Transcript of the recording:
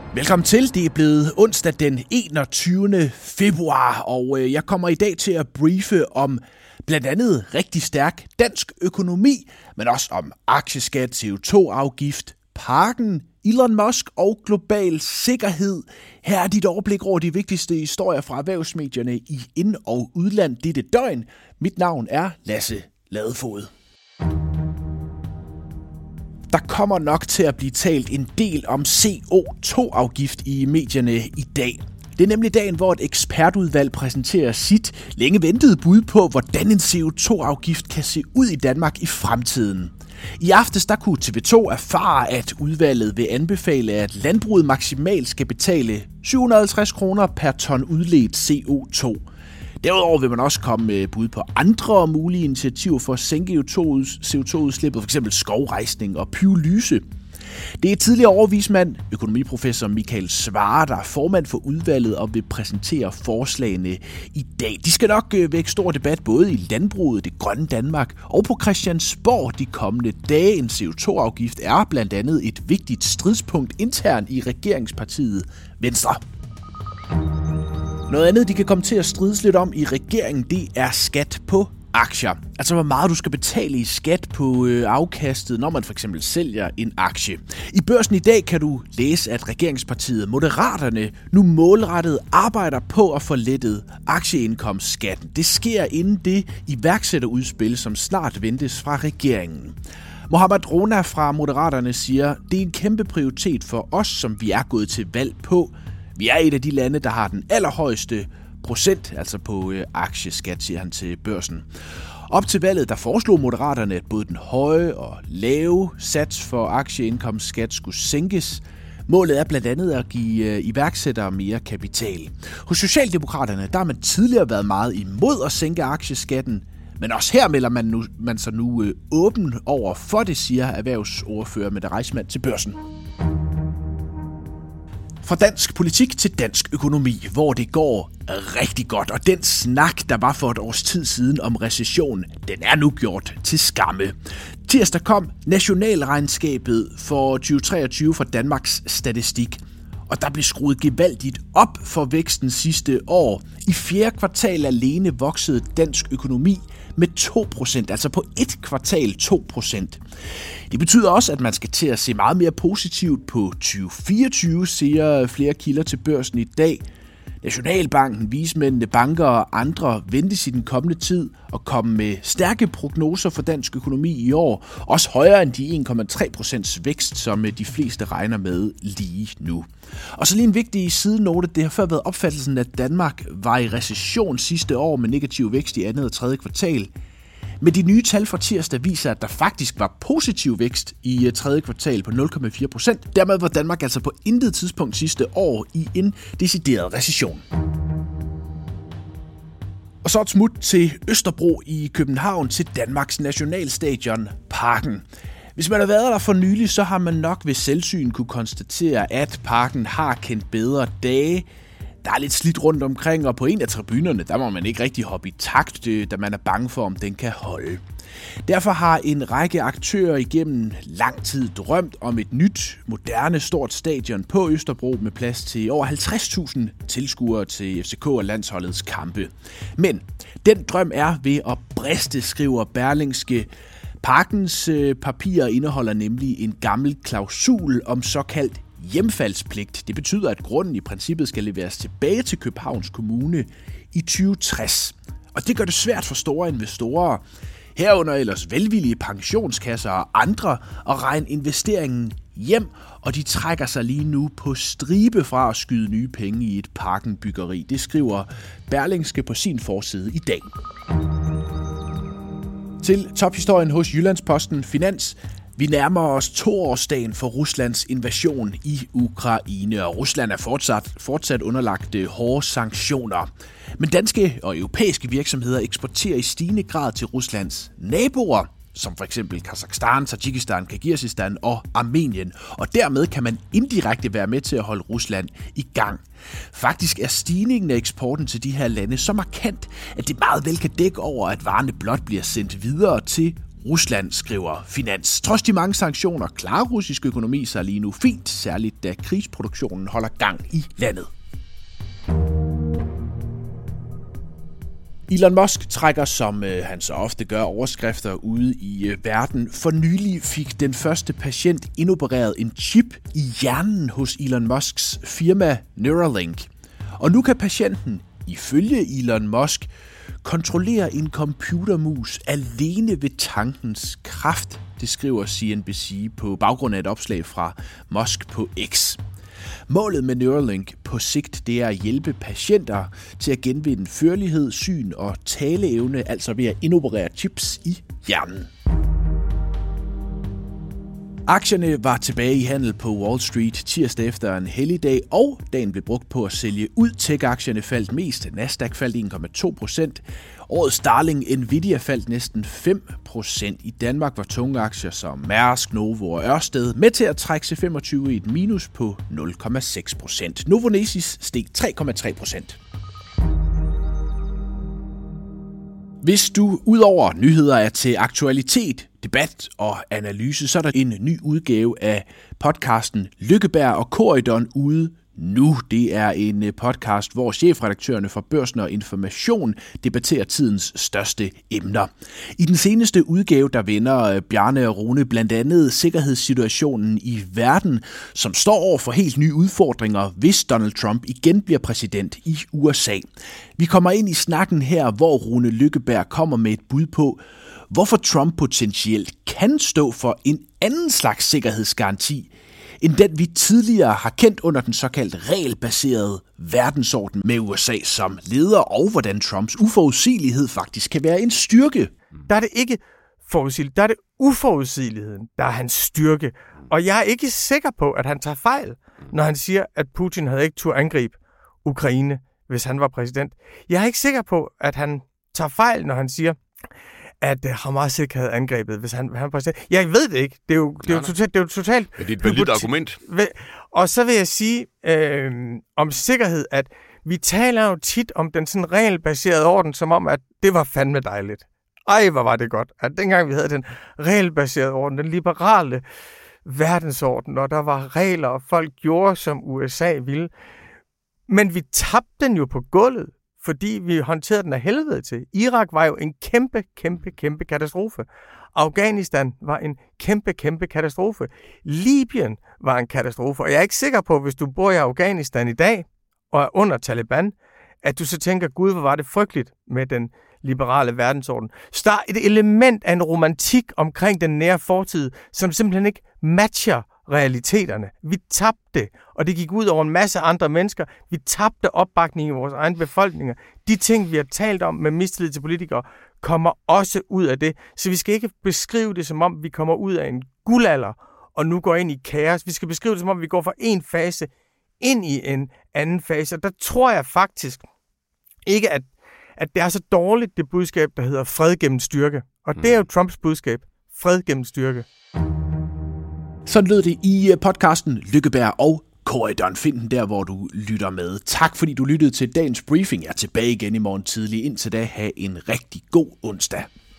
Velkommen til. Det er blevet onsdag den 21. februar, og jeg kommer i dag til at briefe om blandt andet rigtig stærk dansk økonomi, men også om aktieskat, CO2-afgift, parken, Elon Musk og global sikkerhed. Her er dit overblik over de vigtigste historier fra erhvervsmedierne i ind- og udland dette døgn. Mit navn er Lasse Ladefoged. Der kommer nok til at blive talt en del om CO2-afgift i medierne i dag. Det er nemlig dagen, hvor et ekspertudvalg præsenterer sit længe ventede bud på, hvordan en CO2-afgift kan se ud i Danmark i fremtiden. I aftes der kunne TV2 erfare, at udvalget vil anbefale, at landbruget maksimalt skal betale 750 kroner per ton udledt CO2. Derudover vil man også komme med bud på andre mulige initiativer for at sænke CO2-udslippet, f.eks. skovrejsning og pyrolyse. Det er tidligere overvismand, økonomiprofessor Michael Svarer, der er formand for udvalget og vil præsentere forslagene i dag. De skal nok vække stor debat både i landbruget, det grønne Danmark og på Christiansborg de kommende dage. En CO2-afgift er blandt andet et vigtigt stridspunkt internt i regeringspartiet Venstre. Noget andet, de kan komme til at strides lidt om i regeringen, det er skat på aktier. Altså hvor meget du skal betale i skat på afkastet, når man for eksempel sælger en aktie. I Børsen i dag kan du læse, at regeringspartiet Moderaterne nu målrettet arbejder på at få lettet aktieindkomstskatten. Det sker inden det iværksætterudspil, som snart ventes fra regeringen. Mohammad Rona fra Moderaterne siger, det er en kæmpe prioritet for os, som vi er gået til valg på. Vi er et af de lande, der har den allerhøjeste procent, altså på aktieskat, siger han til Børsen. Op til valget, der foreslog Moderaterne, at både den høje og lave sats for aktieindkomstskat skulle sænkes. Målet er blandt andet at give iværksættere mere kapital. Hos Socialdemokraterne, der har man tidligere været meget imod at sænke aktieskatten, men også her melder man sig nu åben over for det, siger erhvervsordfører Mette Reissmann til Børsen. Fra dansk politik til dansk økonomi, hvor det går rigtig godt. Og den snak, der var for et års tid siden om recession, den er nu gjort til skamme. Tirsdag kom nationalregnskabet for 2023 fra Danmarks Statistik. Og der blev skruet gevaldigt op for væksten sidste år. I 4. kvartal alene voksede dansk økonomi med 2%, altså på et kvartal 2%. Det betyder også, at man skal til at se meget mere positivt på 2024, siger flere kilder til Børsen i dag. Nationalbanken, vismændene, banker og andre ventes i den kommende tid at komme med stærke prognoser for dansk økonomi i år. Også højere end de 1,3% vækst, som de fleste regner med lige nu. Og så lige en vigtig sidenote. Det har før været opfattelsen, at Danmark var i recession sidste år med negativ vækst i 2. og 3. kvartal. Men de nye tal fra tirsdag viser, at der faktisk var positiv vækst i 3. kvartal på 0,4%. Dermed var Danmark altså på intet tidspunkt sidste år i en decideret recession. Og så et smut til Østerbro i København til Danmarks nationalstadion Parken. Hvis man har været der for nylig, så har man nok ved selvsyn kunne konstatere, at Parken har kendt bedre dage. Der er lidt slidt rundt omkring, og på en af tribunerne, der må man ikke rigtig hoppe i takt, da man er bange for, om den kan holde. Derfor har en række aktører igennem lang tid drømt om et nyt, moderne, stort stadion på Østerbro med plads til over 50.000 tilskuere til FCK og landsholdets kampe. Men den drøm er ved at briste, skriver Berlingske. Parkens papirer indeholder nemlig en gammel klausul om såkaldt hjemfaldspligt. Det betyder, at grunden i princippet skal leveres tilbage til Københavns Kommune i 2060. Og det gør det svært for store investorer, herunder ellers velvillige pensionskasser og andre, at regne investeringen hjem, og de trækker sig lige nu på stribe fra at skyde nye penge i et parkenbyggeri. Det skriver Berlingske på sin forside i dag. Til tophistorien hos Jyllandsposten Finans. Vi nærmer os 2-årsdagen for Ruslands invasion i Ukraine, og Rusland er fortsat underlagt hårde sanktioner. Men danske og europæiske virksomheder eksporterer i stigende grad til Ruslands naboer, som for eksempel Kazakhstan, Tadsjikistan, Kirgisistan og Armenien, og dermed kan man indirekte være med til at holde Rusland i gang. Faktisk er stigningen af eksporten til de her lande så markant, at det meget vel kan dække over, at varerne blot bliver sendt videre til Rusland, skriver Finans. Trods de mange sanktioner klarer russisk økonomi sig lige nu fint, særligt da krigsproduktionen holder gang i landet. Elon Musk trækker, som han så ofte gør, overskrifter ude i verden. For nylig fik den første patient indopereret en chip i hjernen hos Elon Musks firma Neuralink. Og nu kan patienten, ifølge Elon Musk, kontrollere en computermus alene ved tankens kraft, det skriver CNBC på baggrund af et opslag fra Musk på X. Målet med Neuralink på sigt, det er at hjælpe patienter til at genvinde førlighed, syn og taleevne, altså ved at indoperere chips i hjernen. Aktierne var tilbage i handel på Wall Street tirsdag efter en helligdag, og dagen blev brugt på at sælge ud. Tech-aktierne faldt mest. Nasdaq faldt 1,2%. Årets darling Nvidia faldt næsten 5%. I Danmark var tunge aktier som Mærsk, Novo og Ørsted med til at trække C25 i et minus på 0,6%. Novo Nordisk steg 3,3%. Hvis du udover nyheder er til aktualitet, debat og analyse, så er der en ny udgave af podcasten Lykkeberg og Corydon ude nu. Det er en podcast, hvor chefredaktørerne for Børsen og Information debatterer tidens største emner. I den seneste udgave, der vender Bjarne og Rune blandt andet sikkerhedssituationen i verden, som står over for helt nye udfordringer, hvis Donald Trump igen bliver præsident i USA. Vi kommer ind i snakken her, hvor Rune Lykkeberg kommer med et bud på, hvorfor Trump potentielt kan stå for en anden slags sikkerhedsgaranti, end den vi tidligere har kendt under den såkaldte regelbaserede verdensorden med USA som leder, og hvordan Trumps uforudsigelighed faktisk kan være en styrke. Der er det ikke forudsigeligt, der er det uforudsigeligheden, der er hans styrke. Og jeg er ikke sikker på, at han tager fejl, når han siger, at Putin havde ikke turde angribe Ukraine, hvis han var præsident. Jeg er ikke sikker på, at han tager fejl, når han siger, at Hamas ikke havde angrebet, hvis han var præsident. Jeg ved det ikke. Det er jo totalt... Ja, det er et validt argument. Og så vil jeg sige om sikkerhed, at vi taler jo tit om den sådan regelbaserede orden, som om, at det var fandme dejligt. Ej, hvor var det godt, at dengang vi havde den regelbaserede orden, den liberale verdensorden, og der var regler, og folk gjorde, som USA ville. Men vi tabte den jo på gulvet, fordi vi håndterede den af helvede til. Irak var jo en kæmpe katastrofe. Afghanistan var en kæmpe katastrofe. Libyen var en katastrofe. Og jeg er ikke sikker på, hvis du bor i Afghanistan i dag og er under Taliban, at du så tænker, gud, hvor var det frygteligt med den liberale verdensorden. Så der er et element af en romantik omkring den nære fortid, som simpelthen ikke matcher realiteterne. Vi tabte, og det gik ud over en masse andre mennesker. Vi tabte opbakning i vores egen befolkninger. De ting, vi har talt om med mistillid til politikere, kommer også ud af det. Så vi skal ikke beskrive det, som om vi kommer ud af en guldalder, og nu går ind i kaos. Vi skal beskrive det, som om vi går fra en fase ind i en anden fase. Og der tror jeg faktisk ikke, at det er så dårligt, det budskab, der hedder fred gennem styrke. Og det er jo Trumps budskab. Fred gennem styrke. Sådan lød det i podcasten Lykkeberg og Corydon. Find den der, hvor du lytter med. Tak fordi du lyttede til dagens briefing. Jeg er tilbage igen i morgen tidlig. Indtil da, have en rigtig god onsdag.